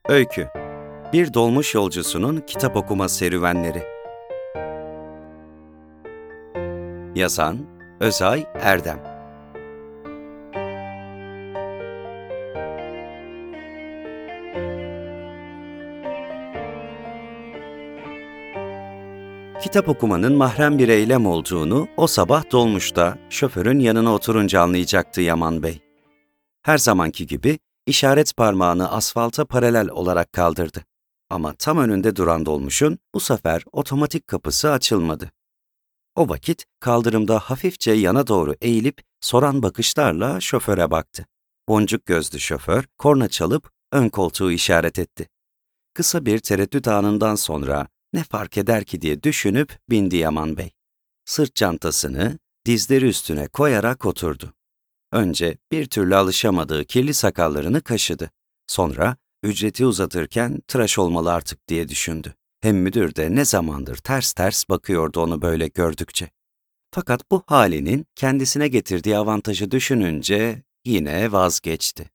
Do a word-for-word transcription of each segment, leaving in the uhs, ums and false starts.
Öykü. Bir dolmuş yolcusunun kitap okuma serüvenleri. Yazan Özay Erdem. Kitap okumanın mahrem bir eylem olduğunu o sabah dolmuşta şoförün yanına oturunca anlayacaktı Yaman Bey. Her zamanki gibi işaret parmağını asfalta paralel olarak kaldırdı. Ama tam önünde duran dolmuşun bu sefer otomatik kapısı açılmadı. O vakit kaldırımda hafifçe yana doğru eğilip soran bakışlarla şoföre baktı. Boncuk gözlü şoför korna çalıp ön koltuğu işaret etti. Kısa bir tereddüt anından sonra ne fark eder ki diye düşünüp bindi Yaman Bey. Sırt çantasını dizleri üstüne koyarak oturdu. Önce bir türlü alışamadığı kirli sakallarını kaşıdı. Sonra ücreti uzatırken tıraş olmalı artık diye düşündü. Hem müdür de ne zamandır ters ters bakıyordu onu böyle gördükçe. Fakat bu halinin kendisine getirdiği avantajı düşününce yine vazgeçti.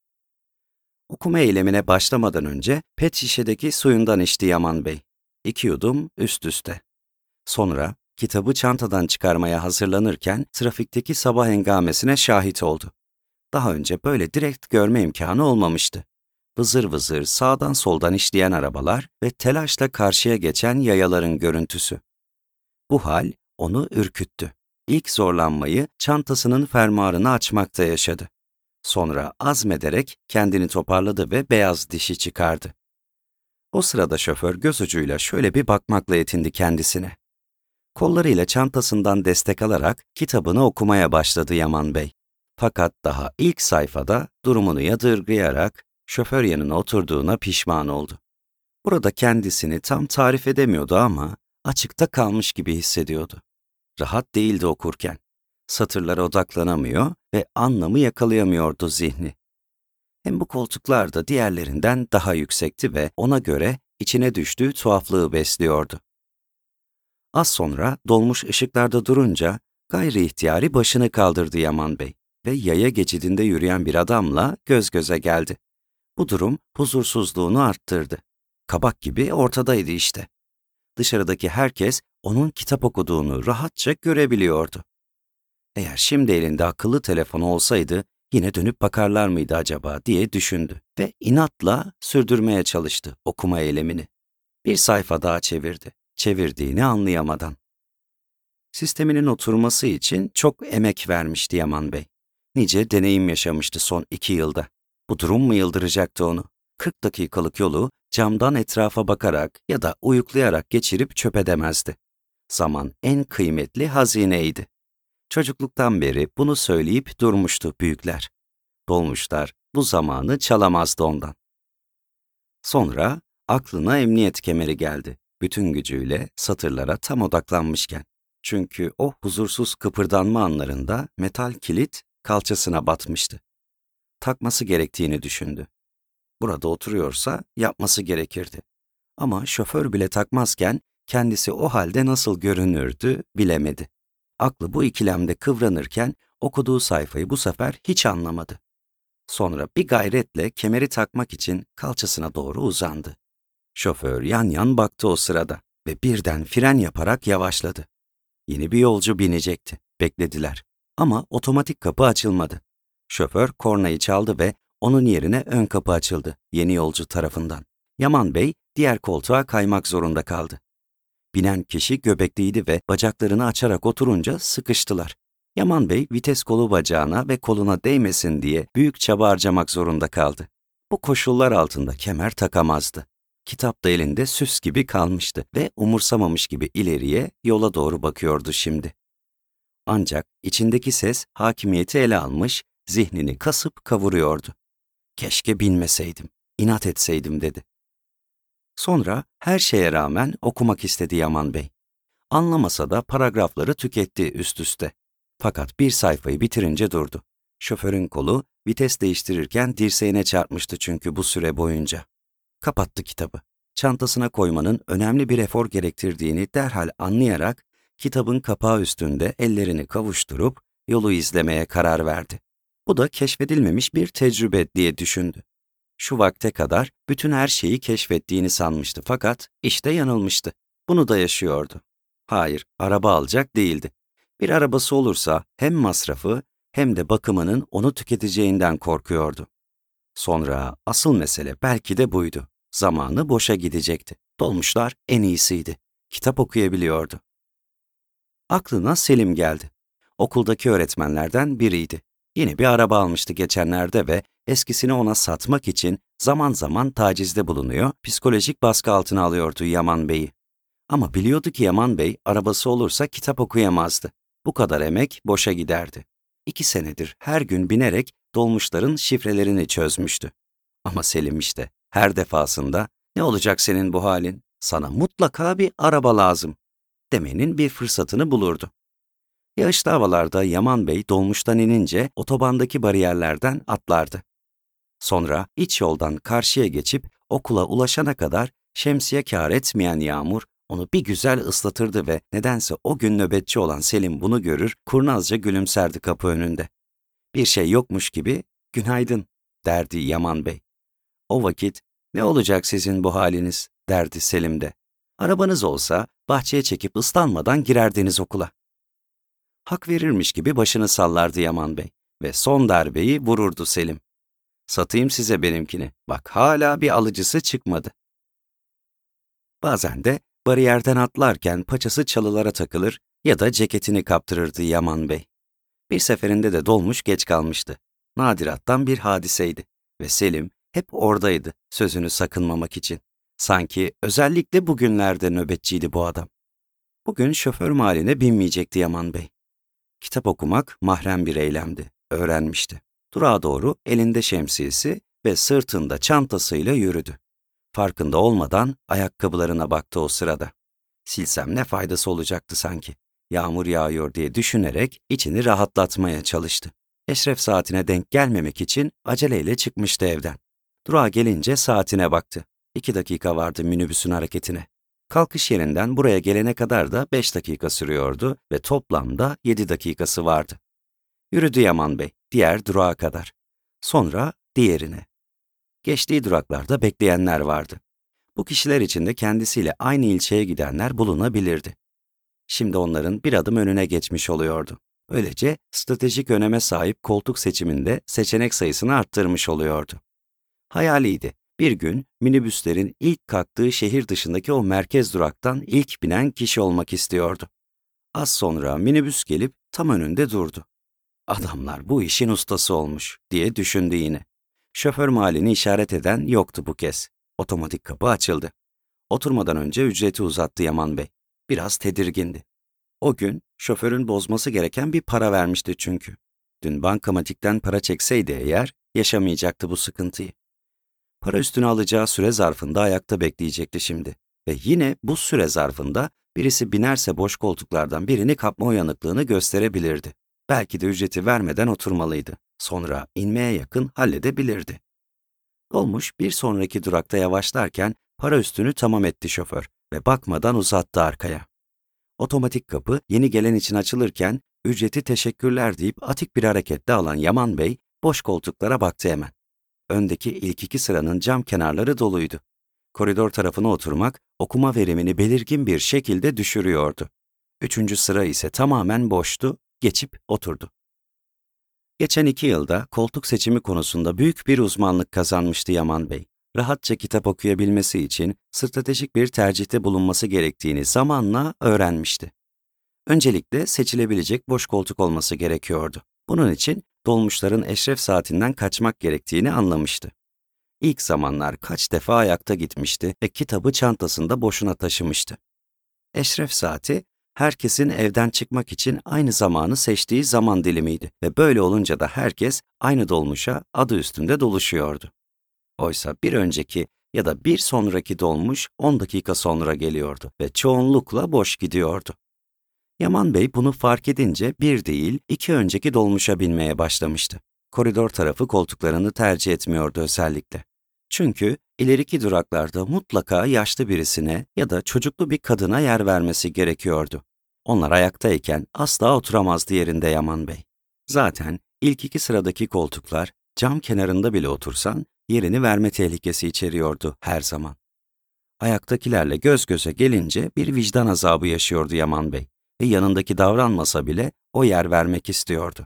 Okuma eylemine başlamadan önce pet şişedeki suyundan içti Yaman Bey. İki yudum üst üste. Sonra kitabı çantadan çıkarmaya hazırlanırken trafikteki sabah hengamesine şahit oldu. Daha önce böyle direkt görme imkanı olmamıştı. Vızır vızır sağdan soldan işleyen arabalar ve telaşla karşıya geçen yayaların görüntüsü. Bu hal onu ürküttü. İlk zorlanmayı çantasının fermuarını açmakta yaşadı. Sonra azmederek kendini toparladı ve beyaz dişi çıkardı. O sırada şoför göz ucuyla şöyle bir bakmakla yetindi kendisine. Kollarıyla çantasından destek alarak kitabını okumaya başladı Yaman Bey. Fakat daha ilk sayfada durumunu yadırgayarak şoför yanına oturduğuna pişman oldu. Burada kendisini tam tarif edemiyordu ama açıkta kalmış gibi hissediyordu. Rahat değildi okurken. Satırlara odaklanamıyor ve anlamı yakalayamıyordu zihni. Hem bu koltuklar da diğerlerinden daha yüksekti ve ona göre içine düştüğü tuhaflığı besliyordu. Az sonra dolmuş ışıklarda durunca gayri ihtiyari başını kaldırdı Yaman Bey ve yaya geçidinde yürüyen bir adamla göz göze geldi. Bu durum huzursuzluğunu arttırdı. Kabak gibi ortadaydı işte. Dışarıdaki herkes onun kitap okuduğunu rahatça görebiliyordu. Eğer şimdi elinde akıllı telefonu olsaydı yine dönüp bakarlar mıydı acaba diye düşündü ve inatla sürdürmeye çalıştı okuma eylemini. Bir sayfa daha çevirdi, çevirdiğini anlayamadan. Sisteminin oturması için çok emek vermişti Yaman Bey. Nice deneyim yaşamıştı son iki yılda. Bu durum mu yıldıracaktı onu? kırk dakikalık yolu camdan etrafa bakarak ya da uyuklayarak geçirip çöp edemezdi. Zaman en kıymetli hazineydi. Çocukluktan beri bunu söyleyip durmuştu büyükler. Dolmuşlar bu zamanı çalamazdı ondan. Sonra aklına emniyet kemeri geldi. Bütün gücüyle satırlara tam odaklanmışken. Çünkü o huzursuz kıpırdanma anlarında metal kilit kalçasına batmıştı. Takması gerektiğini düşündü. Burada oturuyorsa yapması gerekirdi. Ama şoför bile takmazken kendisi o halde nasıl görünürdü bilemedi. Aklı bu ikilemde kıvranırken okuduğu sayfayı bu sefer hiç anlamadı. Sonra bir gayretle kemeri takmak için kalçasına doğru uzandı. Şoför yan yan baktı o sırada ve birden fren yaparak yavaşladı. Yeni bir yolcu binecekti. Beklediler. Ama otomatik kapı açılmadı. Şoför kornayı çaldı ve onun yerine ön kapı açıldı yeni yolcu tarafından. Yaman Bey diğer koltuğa kaymak zorunda kaldı. Binen kişi göbekliydi ve bacaklarını açarak oturunca sıkıştılar. Yaman Bey vites kolu bacağına ve koluna değmesin diye büyük çaba harcamak zorunda kaldı. Bu koşullar altında kemer takamazdı. Kitap da elinde süs gibi kalmıştı ve umursamamış gibi ileriye, yola doğru bakıyordu şimdi. Ancak içindeki ses hakimiyeti ele almış, zihnini kasıp kavuruyordu. Keşke binmeseydim, inat etseydim dedi. Sonra her şeye rağmen okumak istedi Yaman Bey. Anlamasa da paragrafları tüketti üst üste. Fakat bir sayfayı bitirince durdu. Şoförün kolu vites değiştirirken dirseğine çarpmıştı çünkü bu süre boyunca. Kapattı kitabı. Çantasına koymanın önemli bir efor gerektirdiğini derhal anlayarak kitabın kapağı üstünde ellerini kavuşturup yolu izlemeye karar verdi. Bu da keşfedilmemiş bir tecrübe diye düşündü. Şu vakte kadar bütün her şeyi keşfettiğini sanmıştı fakat işte yanılmıştı. Bunu da yaşıyordu. Hayır, araba alacak değildi. Bir arabası olursa hem masrafı hem de bakımının onu tüketeceğinden korkuyordu. Sonra asıl mesele belki de buydu. Zamanı boşa gidecekti. Dolmuşlar en iyisiydi. Kitap okuyabiliyordu. Aklına Selim geldi. Okuldaki öğretmenlerden biriydi. Yeni bir araba almıştı geçenlerde ve eskisini ona satmak için zaman zaman tacizde bulunuyor, psikolojik baskı altına alıyordu Yaman Bey'i. Ama biliyordu ki Yaman Bey arabası olursa kitap okuyamazdı. Bu kadar emek boşa giderdi. İki senedir her gün binerek dolmuşların şifrelerini çözmüştü. Ama Selim işte her defasında "Ne olacak senin bu halin? Sana mutlaka bir araba lazım." demenin bir fırsatını bulurdu. Yağışlı havalarda Yaman Bey dolmuştan inince otobandaki bariyerlerden atlardı. Sonra iç yoldan karşıya geçip okula ulaşana kadar şemsiye kâr etmeyen yağmur onu bir güzel ıslatırdı ve nedense o gün nöbetçi olan Selim bunu görür, kurnazca gülümserdi kapı önünde. Bir şey yokmuş gibi "Günaydın," derdi Yaman Bey. O vakit "Ne olacak sizin bu haliniz?" derdi Selim de. "Arabanız olsa bahçeye çekip ıslanmadan girerdiniz okula." Hak verirmiş gibi başını sallardı Yaman Bey ve son darbeyi vururdu Selim. "Satayım size benimkini, bak hala bir alıcısı çıkmadı." Bazen de bariyerden atlarken paçası çalılara takılır ya da ceketini kaptırırdı Yaman Bey. Bir seferinde de dolmuş geç kalmıştı. Nadirattan bir hadiseydi ve Selim hep oradaydı sözünü sakınmamak için. Sanki özellikle bugünlerde nöbetçiydi bu adam. Bugün şoför maline binmeyecekti Yaman Bey. Kitap okumak mahrem bir eylemdi, öğrenmişti. Durağa doğru elinde şemsiyesi ve sırtında çantasıyla yürüdü. Farkında olmadan ayakkabılarına baktı o sırada. Silsem ne faydası olacaktı sanki? Yağmur yağıyor diye düşünerek içini rahatlatmaya çalıştı. Eşref saatine denk gelmemek için aceleyle çıkmıştı evden. Durağa gelince saatine baktı. İki dakika vardı minibüsün hareketine. Kalkış yerinden buraya gelene kadar da beş dakika sürüyordu ve toplamda yedi dakikası vardı. Yürüdü Yaman Bey, diğer durağa kadar. Sonra diğerine. Geçtiği duraklarda bekleyenler vardı. Bu kişiler içinde kendisiyle aynı ilçeye gidenler bulunabilirdi. Şimdi onların bir adım önüne geçmiş oluyordu. Böylece stratejik öneme sahip koltuk seçiminde seçenek sayısını arttırmış oluyordu. Hayaliydi. Bir gün minibüslerin ilk kalktığı şehir dışındaki o merkez duraktan ilk binen kişi olmak istiyordu. Az sonra minibüs gelip tam önünde durdu. "Adamlar bu işin ustası olmuş," diye düşündü yine. Şoför mahallini işaret eden yoktu bu kez. Otomatik kapı açıldı. Oturmadan önce ücreti uzattı Yaman Bey. Biraz tedirgindi. O gün şoförün bozması gereken bir para vermişti çünkü. Dün bankamatikten para çekseydi eğer yaşamayacaktı bu sıkıntıyı. Para üstüne alacağı süre zarfında ayakta bekleyecekti şimdi. Ve yine bu süre zarfında birisi binerse boş koltuklardan birini kapma uyanıklığını gösterebilirdi. Belki de ücreti vermeden oturmalıydı. Sonra inmeye yakın halledebilirdi. Dolmuş bir sonraki durakta yavaşlarken para üstünü tamam etti şoför ve bakmadan uzattı arkaya. Otomatik kapı yeni gelen için açılırken ücreti teşekkürler deyip atik bir hareketle alan Yaman Bey boş koltuklara baktı hemen. Öndeki ilk iki sıranın cam kenarları doluydu. Koridor tarafına oturmak okuma verimini belirgin bir şekilde düşürüyordu. Üçüncü sıra ise tamamen boştu, geçip oturdu. Geçen iki yılda koltuk seçimi konusunda büyük bir uzmanlık kazanmıştı Yaman Bey. Rahatça kitap okuyabilmesi için stratejik bir tercihte bulunması gerektiğini zamanla öğrenmişti. Öncelikle seçilebilecek boş koltuk olması gerekiyordu. Bunun için dolmuşların eşref saatinden kaçmak gerektiğini anlamıştı. İlk zamanlar kaç defa ayakta gitmişti ve kitabı çantasında boşuna taşımıştı. Eşref saati, herkesin evden çıkmak için aynı zamanı seçtiği zaman dilimiydi ve böyle olunca da herkes aynı dolmuşa adı üstünde doluşuyordu. Oysa bir önceki ya da bir sonraki dolmuş on dakika sonra geliyordu ve çoğunlukla boş gidiyordu. Yaman Bey bunu fark edince bir değil iki önceki dolmuşa binmeye başlamıştı. Koridor tarafı koltuklarını tercih etmiyordu özellikle. Çünkü ileriki duraklarda mutlaka yaşlı birisine ya da çocuklu bir kadına yer vermesi gerekiyordu. Onlar ayaktayken asla oturamazdı yerinde Yaman Bey. Zaten ilk iki sıradaki koltuklar cam kenarında bile otursan yerini verme tehlikesi içeriyordu her zaman. Ayaktakilerle göz göze gelince bir vicdan azabı yaşıyordu Yaman Bey ve yanındaki davranmasa bile o yer vermek istiyordu.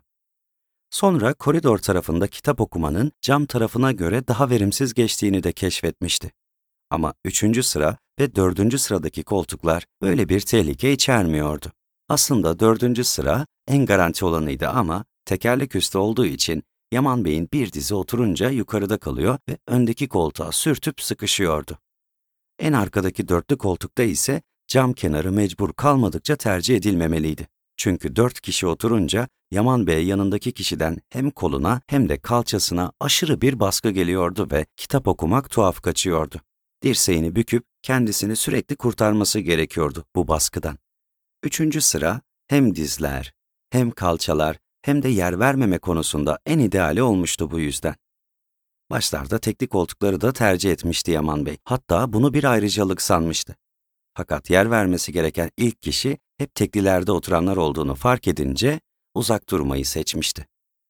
Sonra koridor tarafında kitap okumanın cam tarafına göre daha verimsiz geçtiğini de keşfetmişti. Ama üçüncü sıra ve dördüncü sıradaki koltuklar böyle bir tehlike içermiyordu. Aslında dördüncü sıra en garanti olanıydı ama tekerlek üstü olduğu için Yaman Bey'in bir dizi oturunca yukarıda kalıyor ve öndeki koltuğa sürtüp sıkışıyordu. En arkadaki dörtlü koltukta ise cam kenarı mecbur kalmadıkça tercih edilmemeliydi. Çünkü dört kişi oturunca Yaman Bey yanındaki kişiden hem koluna hem de kalçasına aşırı bir baskı geliyordu ve kitap okumak tuhaf kaçıyordu. Dirseğini büküp kendisini sürekli kurtarması gerekiyordu bu baskıdan. Üçüncü sıra hem dizler, hem kalçalar hem de yer vermeme konusunda en ideali olmuştu bu yüzden. Başlarda tekli koltukları da tercih etmişti Yaman Bey. Hatta bunu bir ayrıcalık sanmıştı. Fakat yer vermesi gereken ilk kişi hep teklilerde oturanlar olduğunu fark edince uzak durmayı seçmişti.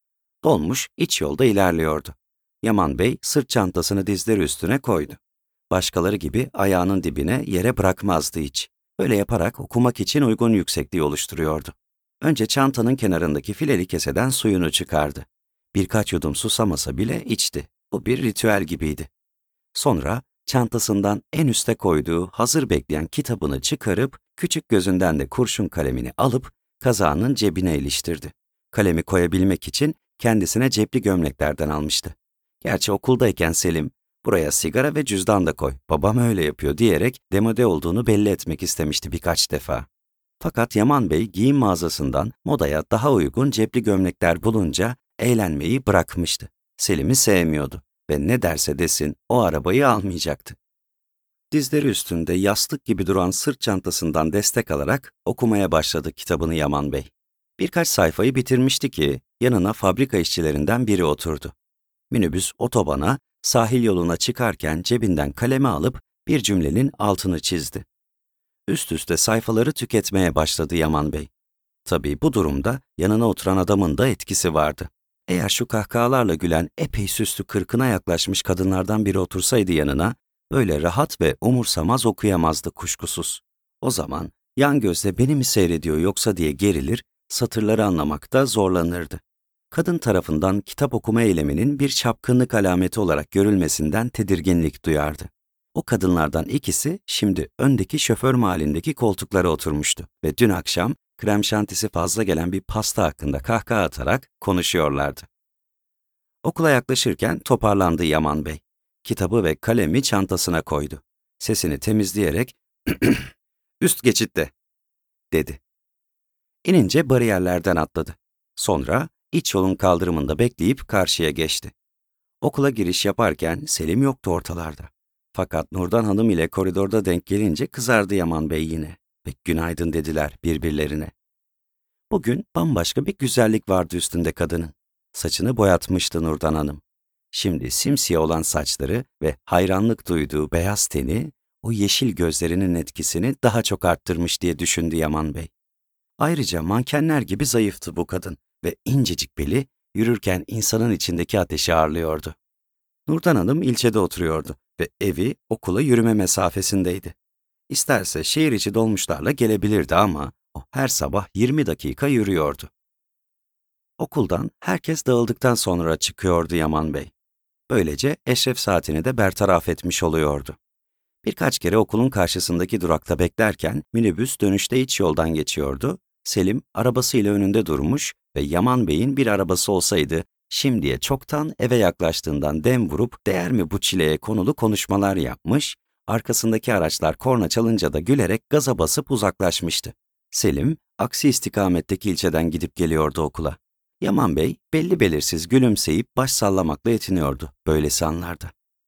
Dolmuş iç yolda ilerliyordu. Yaman Bey sırt çantasını dizleri üstüne koydu. Başkaları gibi ayağının dibine yere bırakmazdı hiç. Böyle yaparak okumak için uygun yüksekliği oluşturuyordu. Önce çantanın kenarındaki fileli keseden suyunu çıkardı. Birkaç yudum susamasa bile içti. Bu bir ritüel gibiydi. Sonra çantasından en üste koyduğu hazır bekleyen kitabını çıkarıp küçük gözünden de kurşun kalemini alıp kazağının cebine iliştirdi. Kalemi koyabilmek için kendisine cepli gömleklerden almıştı. Gerçi okuldayken Selim, "Buraya sigara ve cüzdan da koy, babam öyle yapıyor." diyerek demode olduğunu belli etmek istemişti birkaç defa. Fakat Yaman Bey giyim mağazasından modaya daha uygun cepli gömlekler bulunca eğlenmeyi bırakmıştı. Selim'i sevmiyordu ve ne derse desin o arabayı almayacaktı. Dizleri üstünde yastık gibi duran sırt çantasından destek alarak okumaya başladı kitabını Yaman Bey. Birkaç sayfayı bitirmişti ki yanına fabrika işçilerinden biri oturdu. Minibüs otobana, sahil yoluna çıkarken cebinden kalemi alıp bir cümlenin altını çizdi. Üst üste sayfaları tüketmeye başladı Yaman Bey. Tabii bu durumda yanına oturan adamın da etkisi vardı. Eğer şu kahkahalarla gülen epey süslü kırkına yaklaşmış kadınlardan biri otursaydı yanına, böyle rahat ve umursamaz okuyamazdı kuşkusuz. O zaman yan gözle beni mi seyrediyor yoksa diye gerilir, satırları anlamakta zorlanırdı. Kadın tarafından kitap okuma eyleminin bir çapkınlık alameti olarak görülmesinden tedirginlik duyardı. O kadınlardan ikisi şimdi öndeki şoför mahallindeki koltuklara oturmuştu ve dün akşam krem şantisi fazla gelen bir pasta hakkında kahkaha atarak konuşuyorlardı. Okula yaklaşırken toparlandı Yaman Bey. Kitabı ve kalemi çantasına koydu. Sesini temizleyerek "Üst geçitte," dedi. İnince bariyerlerden atladı. Sonra iç yolun kaldırımında bekleyip karşıya geçti. Okula giriş yaparken Selim yoktu ortalarda. Fakat Nurdan Hanım ile koridorda denk gelince kızardı Yaman Bey yine ve günaydın dediler birbirlerine. Bugün bambaşka bir güzellik vardı üstünde kadının. Saçını boyatmıştı Nurdan Hanım. Şimdi simsiyah olan saçları ve hayranlık duyduğu beyaz teni, o yeşil gözlerinin etkisini daha çok arttırmış diye düşündü Yaman Bey. Ayrıca mankenler gibi zayıftı bu kadın ve incecik beli yürürken insanın içindeki ateşi ağırlıyordu. Nurdan Hanım ilçede oturuyordu ve evi okula yürüme mesafesindeydi. İsterse şehir içi dolmuşlarla gelebilirdi ama o her sabah yirmi dakika yürüyordu. Okuldan herkes dağıldıktan sonra çıkıyordu Yaman Bey. Böylece eşref saatini de bertaraf etmiş oluyordu. Birkaç kere okulun karşısındaki durakta beklerken minibüs dönüşte iç yoldan geçiyordu. Selim arabasıyla önünde durmuş ve Yaman Bey'in bir arabası olsaydı şimdiye çoktan eve yaklaştığından dem vurup değer mi bu çileye konulu konuşmalar yapmış, arkasındaki araçlar korna çalınca da gülerek gaza basıp uzaklaşmıştı. Selim aksi istikametteki ilçeden gidip geliyordu okula. Yaman Bey belli belirsiz gülümseyip baş sallamakla yetiniyordu böylesi anlarda.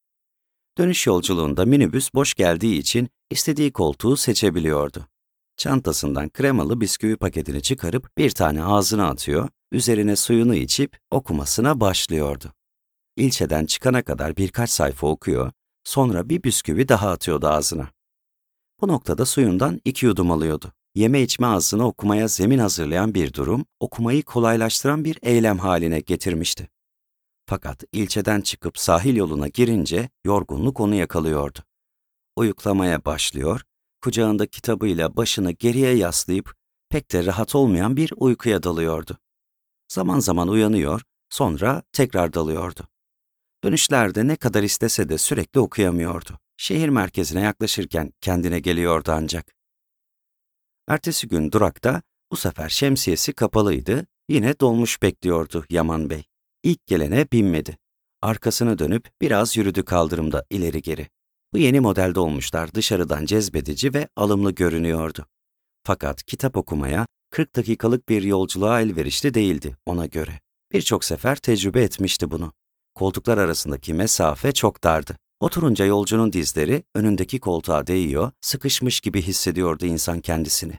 Dönüş yolculuğunda minibüs boş geldiği için istediği koltuğu seçebiliyordu. Çantasından kremalı bisküvi paketini çıkarıp bir tane ağzına atıyor, üzerine suyunu içip okumasına başlıyordu. İlçeden çıkana kadar birkaç sayfa okuyor, sonra bir bisküvi daha atıyordu ağzına. Bu noktada suyundan iki yudum alıyordu. Yeme içme ağzını okumaya zemin hazırlayan bir durum, okumayı kolaylaştıran bir eylem haline getirmişti. Fakat ilçeden çıkıp sahil yoluna girince yorgunluk onu yakalıyordu. Uyuklamaya başlıyor, kucağında kitabıyla başını geriye yaslayıp pek de rahat olmayan bir uykuya dalıyordu. Zaman zaman uyanıyor, sonra tekrar dalıyordu. Dönüşlerde ne kadar istese de sürekli okuyamıyordu. Şehir merkezine yaklaşırken kendine geliyordu ancak. Ertesi gün durakta bu sefer şemsiyesi kapalıydı, yine dolmuş bekliyordu Yaman Bey. İlk gelene binmedi. Arkasını dönüp biraz yürüdü kaldırımda ileri geri. Bu yeni model dolmuşlar dışarıdan cezbedici ve alımlı görünüyordu. Fakat kitap okumaya kırk dakikalık bir yolculuğa elverişli değildi ona göre. Birçok sefer tecrübe etmişti bunu. Koltuklar arasındaki mesafe çok dardı. Oturunca yolcunun dizleri önündeki koltuğa değiyor, sıkışmış gibi hissediyordu insan kendisini.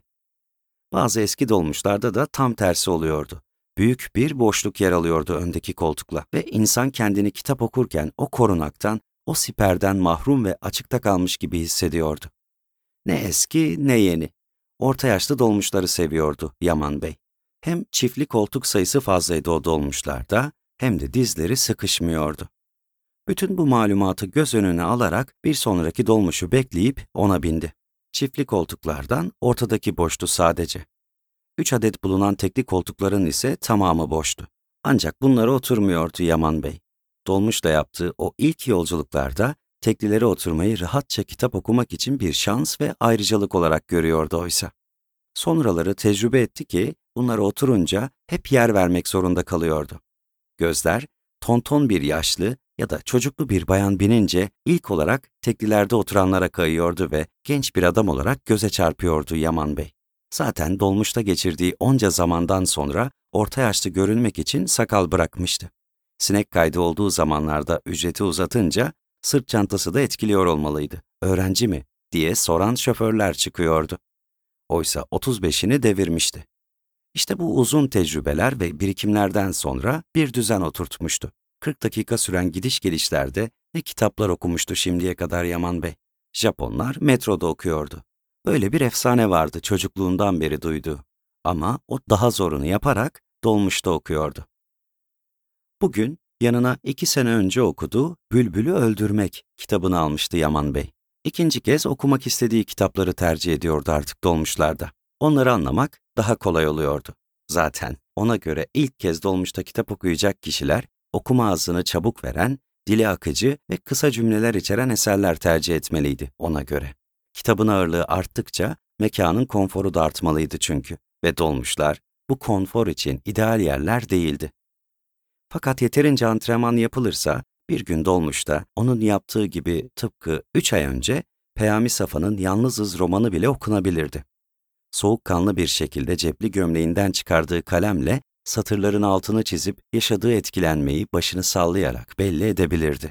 Bazı eski dolmuşlarda da tam tersi oluyordu. Büyük bir boşluk yer alıyordu öndeki koltukla ve insan kendini kitap okurken o korunaktan, o siperden mahrum ve açıkta kalmış gibi hissediyordu. Ne eski ne yeni. Orta yaşlı dolmuşları seviyordu Yaman Bey. Hem çiftli koltuk sayısı fazlaydı o dolmuşlarda, hem de dizleri sıkışmıyordu. Bütün bu malumatı göz önüne alarak bir sonraki dolmuşu bekleyip ona bindi. Çiftli koltuklardan ortadaki boştu sadece. Üç adet bulunan tekli koltukların ise tamamı boştu. Ancak bunlara oturmuyordu Yaman Bey. Dolmuşla yaptığı o ilk yolculuklarda teklilere oturmayı rahatça kitap okumak için bir şans ve ayrıcalık olarak görüyordu oysa. Sonraları tecrübe etti ki bunlara oturunca hep yer vermek zorunda kalıyordu. Gözler, tonton bir yaşlı ya da çocuklu bir bayan binince ilk olarak teklilerde oturanlara kayıyordu ve genç bir adam olarak göze çarpıyordu Yaman Bey. Zaten dolmuşta geçirdiği onca zamandan sonra orta yaşlı görünmek için sakal bırakmıştı. Sinek kaydı olduğu zamanlarda ücreti uzatınca sırt çantası da etkiliyor olmalıydı. Öğrenci mi diye soran şoförler çıkıyordu. Oysa otuz beşini devirmişti. İşte bu uzun tecrübeler ve birikimlerden sonra bir düzen oturtmuştu. kırk dakika süren gidiş gelişlerde ne kitaplar okumuştu şimdiye kadar Yaman Bey. Japonlar metroda okuyordu. Böyle bir efsane vardı çocukluğundan beri duyduğu. Ama o daha zorunu yaparak dolmuşta okuyordu. Bugün yanına iki sene önce okuduğu Bülbül'ü Öldürmek kitabını almıştı Yaman Bey. İkinci kez okumak istediği kitapları tercih ediyordu artık dolmuşlarda. Onları anlamak daha kolay oluyordu. Zaten ona göre ilk kez dolmuşta kitap okuyacak kişiler, okuma hızını çabuk veren, dili akıcı ve kısa cümleler içeren eserler tercih etmeliydi ona göre. Kitabın ağırlığı arttıkça mekanın konforu da artmalıydı çünkü ve dolmuşlar bu konfor için ideal yerler değildi. Fakat yeterince antrenman yapılırsa bir gün dolmuşta onun yaptığı gibi tıpkı üç ay önce Peyami Safa'nın Yalnızız romanı bile okunabilirdi. Soğukkanlı bir şekilde cepli gömleğinden çıkardığı kalemle satırların altını çizip yaşadığı etkilenmeyi başını sallayarak belli edebilirdi.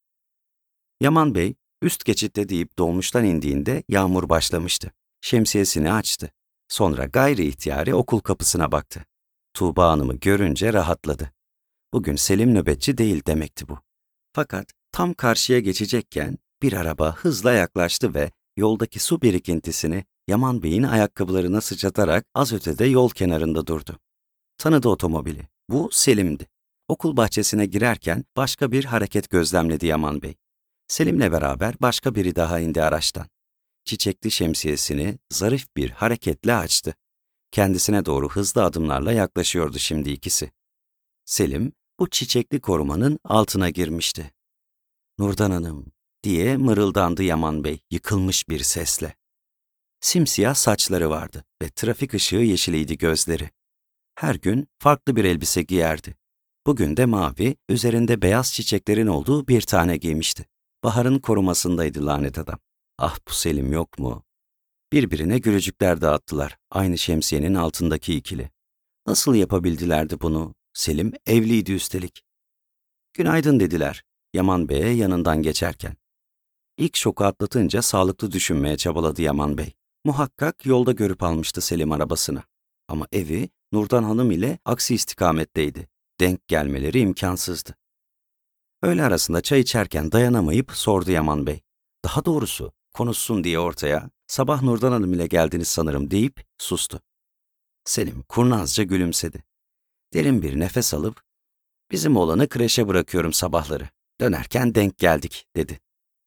Yaman Bey üst geçitte deyip dolmuştan indiğinde yağmur başlamıştı. Şemsiyesini açtı. Sonra gayri ihtiyari okul kapısına baktı. Tuğba Hanım'ı görünce rahatladı. Bugün Selim nöbetçi değil demekti bu. Fakat tam karşıya geçecekken bir araba hızla yaklaştı ve yoldaki su birikintisini Yaman Bey'in ayakkabılarına sıçratarak az ötede yol kenarında durdu. Tanıdı otomobili. Bu Selim'di. Okul bahçesine girerken başka bir hareket gözlemledi Yaman Bey. Selim'le beraber başka biri daha indi araçtan. Çiçekli şemsiyesini zarif bir hareketle açtı. Kendisine doğru hızlı adımlarla yaklaşıyordu şimdi ikisi. Selim, bu çiçekli korumanın altına girmişti. "Nurdan Hanım," diye mırıldandı Yaman Bey yıkılmış bir sesle. Simsiyah saçları vardı ve trafik ışığı yeşiliydi gözleri. Her gün farklı bir elbise giyerdi. Bugün de mavi, üzerinde beyaz çiçeklerin olduğu bir tane giymişti. Baharın korumasındaydı lanet adam. Ah bu Selim yok mu? Birbirine gülücükler dağıttılar, aynı şemsiyenin altındaki ikili. Nasıl yapabildilerdi bunu? Selim evliydi üstelik. "Günaydın," dediler Yaman Bey'e yanından geçerken. İlk şoku atlatınca sağlıklı düşünmeye çabaladı Yaman Bey. Muhakkak yolda görüp almıştı Selim arabasını. Ama evi Nurdan Hanım ile aksi istikametteydi. Denk gelmeleri imkansızdı. Öğle arasında çay içerken dayanamayıp sordu Yaman Bey. Daha doğrusu konuşsun diye ortaya, "Sabah Nurdan Hanım ile geldiniz sanırım," deyip sustu. Selim kurnazca gülümsedi. Derin bir nefes alıp, Bizim oğlanı kreşe bırakıyorum sabahları. Dönerken denk geldik, dedi.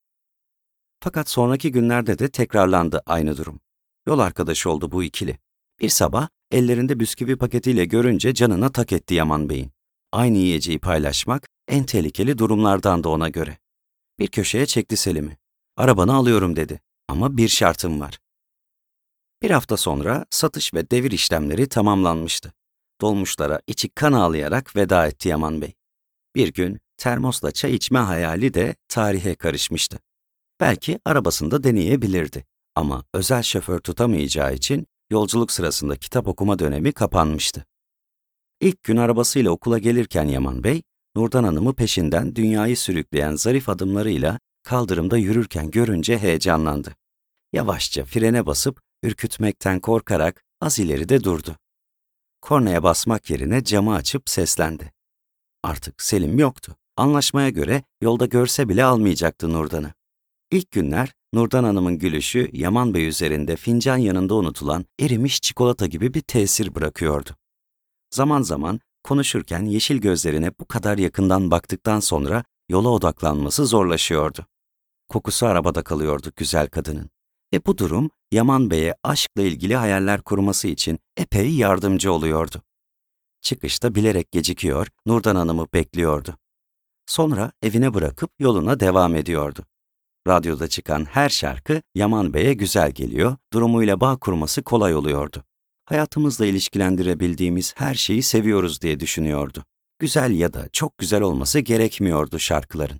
Fakat sonraki günlerde de tekrarlandı aynı durum. Yol arkadaşı oldu bu ikili. Bir sabah ellerinde bisküvi paketiyle görünce canına tak etti Yaman Bey'in. Aynı yiyeceği paylaşmak en tehlikeli durumlardan da ona göre. Bir köşeye çekti Selim'i. Arabanı alıyorum dedi. Ama bir şartım var. Bir hafta sonra satış ve devir işlemleri tamamlanmıştı. Dolmuşlara içi kan ağlayarak veda etti Yaman Bey. Bir gün termosla çay içme hayali de tarihe karışmıştı. Belki arabasında deneyebilirdi ama özel şoför tutamayacağı için yolculuk sırasında kitap okuma dönemi kapanmıştı. İlk gün arabasıyla okula gelirken Yaman Bey, Nurdan Hanım'ı peşinden dünyayı sürükleyen zarif adımlarıyla kaldırımda yürürken görünce heyecanlandı. Yavaşça frene basıp ürkütmekten korkarak az ileride durdu. Kornaya basmak yerine camı açıp seslendi. Artık Selim yoktu. Anlaşmaya göre yolda görse bile almayacaktı Nurdan'ı. İlk günler Nurdan Hanım'ın gülüşü Yaman Bey üzerinde fincan yanında unutulan erimiş çikolata gibi bir tesir bırakıyordu. Zaman zaman konuşurken yeşil gözlerine bu kadar yakından baktıktan sonra yola odaklanması zorlaşıyordu. Kokusu arabada kalıyordu güzel kadının. Ve bu durum Yaman Bey'e aşkla ilgili hayaller kurması için epey yardımcı oluyordu. Çıkışta bilerek gecikiyor, Nurdan Hanım'ı bekliyordu. Sonra evine bırakıp yoluna devam ediyordu. Radyoda çıkan her şarkı Yaman Bey'e güzel geliyor, durumuyla bağ kurması kolay oluyordu. Hayatımızla ilişkilendirebildiğimiz her şeyi seviyoruz diye düşünüyordu. Güzel ya da çok güzel olması gerekmiyordu şarkıların.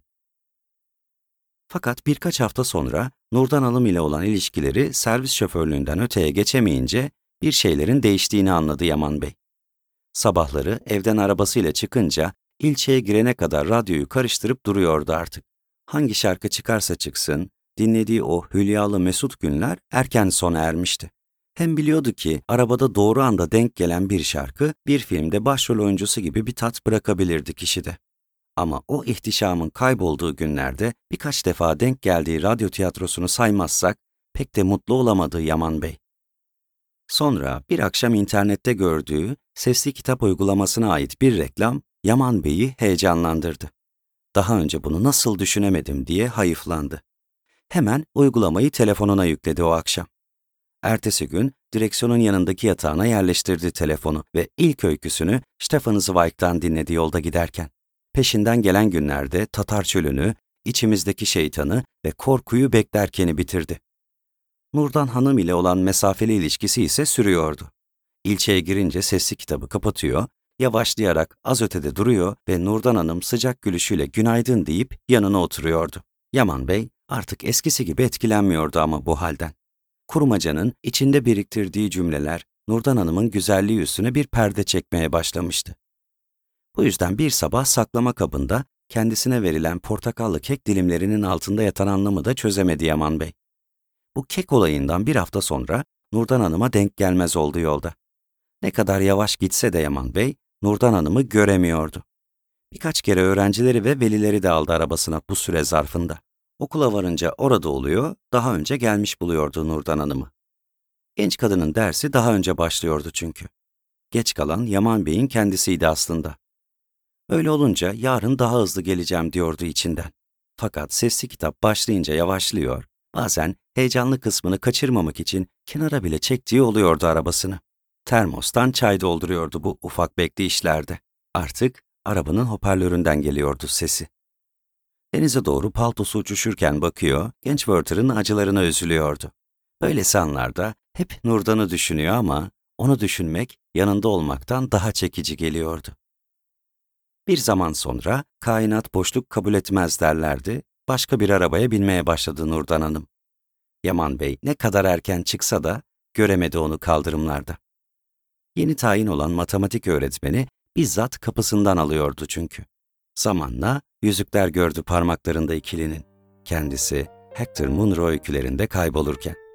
Fakat birkaç hafta sonra Nurdan Hanım ile olan ilişkileri servis şoförlüğünden öteye geçemeyince bir şeylerin değiştiğini anladı Yaman Bey. Sabahları evden arabasıyla çıkınca ilçeye girene kadar radyoyu karıştırıp duruyordu artık. Hangi şarkı çıkarsa çıksın, dinlediği o hülyalı mesut günler erken sona ermişti. Hem biliyordu ki arabada doğru anda denk gelen bir şarkı bir filmde başrol oyuncusu gibi bir tat bırakabilirdi kişide. Ama o ihtişamın kaybolduğu günlerde birkaç defa denk geldiği radyo tiyatrosunu saymazsak pek de mutlu olamadı Yaman Bey. Sonra bir akşam internette gördüğü sesli kitap uygulamasına ait bir reklam Yaman Bey'i heyecanlandırdı. Daha önce bunu nasıl düşünemedim diye hayıflandı. Hemen uygulamayı telefonuna yükledi o akşam. Ertesi gün direksiyonun yanındaki yatağına yerleştirdi telefonu ve ilk öyküsünü Stefan Zweig'dan dinledi yolda giderken. Peşinden gelen günlerde Tatar Çölü'nü, içimizdeki şeytanı ve korkuyu beklerkeni bitirdi. Nurdan Hanım ile olan mesafeli ilişkisi ise sürüyordu. İlçeye girince sesli kitabı kapatıyor, yavaşlayarak az ötede duruyor ve Nurdan Hanım sıcak gülüşüyle günaydın deyip yanına oturuyordu. Yaman Bey artık eskisi gibi etkilenmiyordu ama bu halden. Kurmaca'nın içinde biriktirdiği cümleler Nurdan Hanım'ın güzelliği üstüne bir perde çekmeye başlamıştı. Bu yüzden bir sabah saklama kabında kendisine verilen portakallı kek dilimlerinin altında yatan anlamı da çözemedi Yaman Bey. Bu kek olayından bir hafta sonra Nurdan Hanım'a denk gelmez oldu yolda. Ne kadar yavaş gitse de Yaman Bey, Nurdan Hanım'ı göremiyordu. Birkaç kere öğrencileri ve velileri de aldı arabasına bu süre zarfında. Okula varınca orada oluyor, daha önce gelmiş buluyordu Nurdan Hanım'ı. Genç kadının dersi daha önce başlıyordu çünkü. Geç kalan Yaman Bey'in kendisiydi aslında. Öyle olunca yarın daha hızlı geleceğim diyordu içinden. Fakat sesli kitap başlayınca yavaşlıyor, bazen heyecanlı kısmını kaçırmamak için kenara bile çektiği oluyordu arabasını. Termostan çay dolduruyordu bu ufak bekleyişlerde. Artık arabanın hoparlöründen geliyordu sesi. Denize doğru paltosu uçuşurken bakıyor, genç Werther'ın acılarına üzülüyordu. Böylesi anlarda hep Nurdan'ı düşünüyor ama onu düşünmek yanında olmaktan daha çekici geliyordu. Bir zaman sonra kainat boşluk kabul etmez derlerdi, başka bir arabaya binmeye başladı Nurdan Hanım. Yaman Bey ne kadar erken çıksa da göremedi onu kaldırımlarda. Yeni tayin olan matematik öğretmeni bizzat kapısından alıyordu çünkü. Zamanla yüzükler gördü parmaklarında ikilinin. Kendisi Hector Munro öykülerinde kaybolurken.